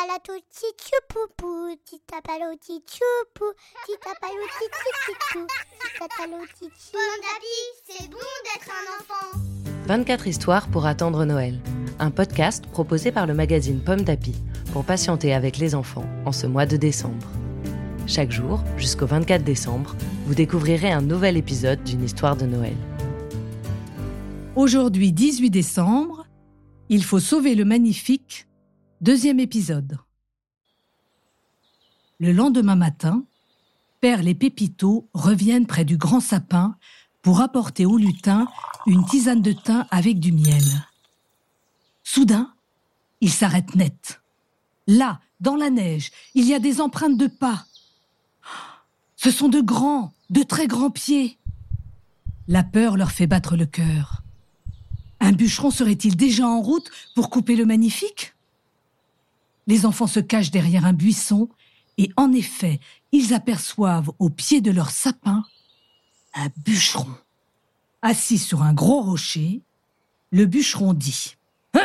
Titapalato titchoupoupou, titapalo titchoupou, titapalo titchoupoupou, titapalo titchou. Pomme d'Api, c'est bon d'être un enfant. 24 histoires pour attendre Noël. Un podcast proposé par le magazine Pomme d'Api pour patienter avec les enfants en ce mois de décembre. Chaque jour, jusqu'au 24 décembre, vous découvrirez un nouvel épisode d'une histoire de Noël. Aujourd'hui, 18 décembre, il faut sauver le magnifique, deuxième épisode. Le lendemain matin, Perle et Pépito reviennent près du grand sapin pour apporter au lutin une tisane de thym avec du miel. Soudain, ils s'arrêtent net. Là, dans la neige, il y a des empreintes de pas. Ce sont de très grands pieds. La peur leur fait battre le cœur. Un bûcheron serait-il déjà en route pour couper le magnifique ? Les enfants se cachent derrière un buisson et en effet, ils aperçoivent au pied de leur sapin un bûcheron. Assis sur un gros rocher, le bûcheron dit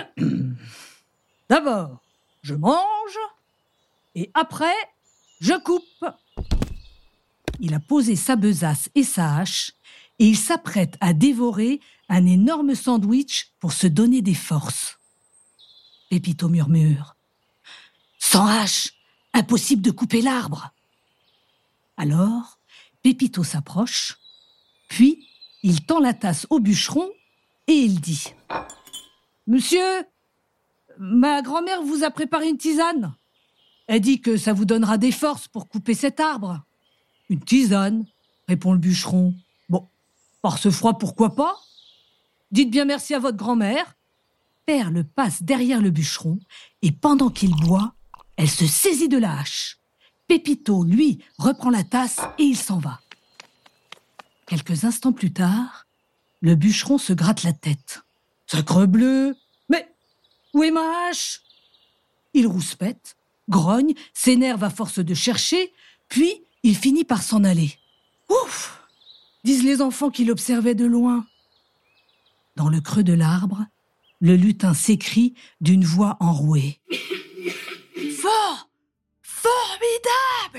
« D'abord, je mange et après, je coupe. » Il a posé sa besace et sa hache et il s'apprête à dévorer un énorme sandwich pour se donner des forces. Pépito murmure « Sans hache, impossible de couper l'arbre !» Alors, Pépito s'approche, puis il tend la tasse au bûcheron et il dit « Monsieur, ma grand-mère vous a préparé une tisane. Elle dit que ça vous donnera des forces pour couper cet arbre. » « Une tisane ?» répond le bûcheron. « Bon, par ce froid, pourquoi pas ? Dites bien merci à votre grand-mère. » Perle passe derrière le bûcheron et pendant qu'il boit, elle se saisit de la hache. Pépito, lui, reprend la tasse et il s'en va. Quelques instants plus tard, le bûcheron se gratte la tête. « Sacrebleu ! Mais où est ma hache ?» Il rouspète, grogne, s'énerve à force de chercher, puis il finit par s'en aller. « Ouf !» disent les enfants qui l'observaient de loin. Dans le creux de l'arbre, le lutin s'écrie d'une voix enrouée. « Formidable !»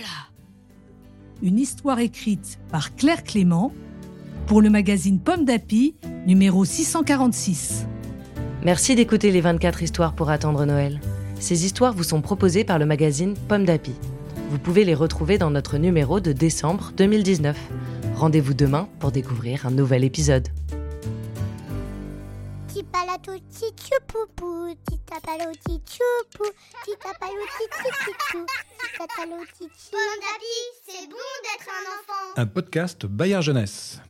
Une histoire écrite par Claire Clément pour le magazine Pomme d'Api, numéro 646. Merci d'écouter les 24 histoires pour attendre Noël. Ces histoires vous sont proposées par le magazine Pomme d'Api. Vous pouvez les retrouver dans notre numéro de décembre 2019. Rendez-vous demain pour découvrir un nouvel épisode. Titapalato titchoupoupou, titapalo titchoupou, titapalo titchoupoupou, titapalo titchou. Pomme d'Api, c'est bon d'être un enfant. Un podcast Bayard Jeunesse.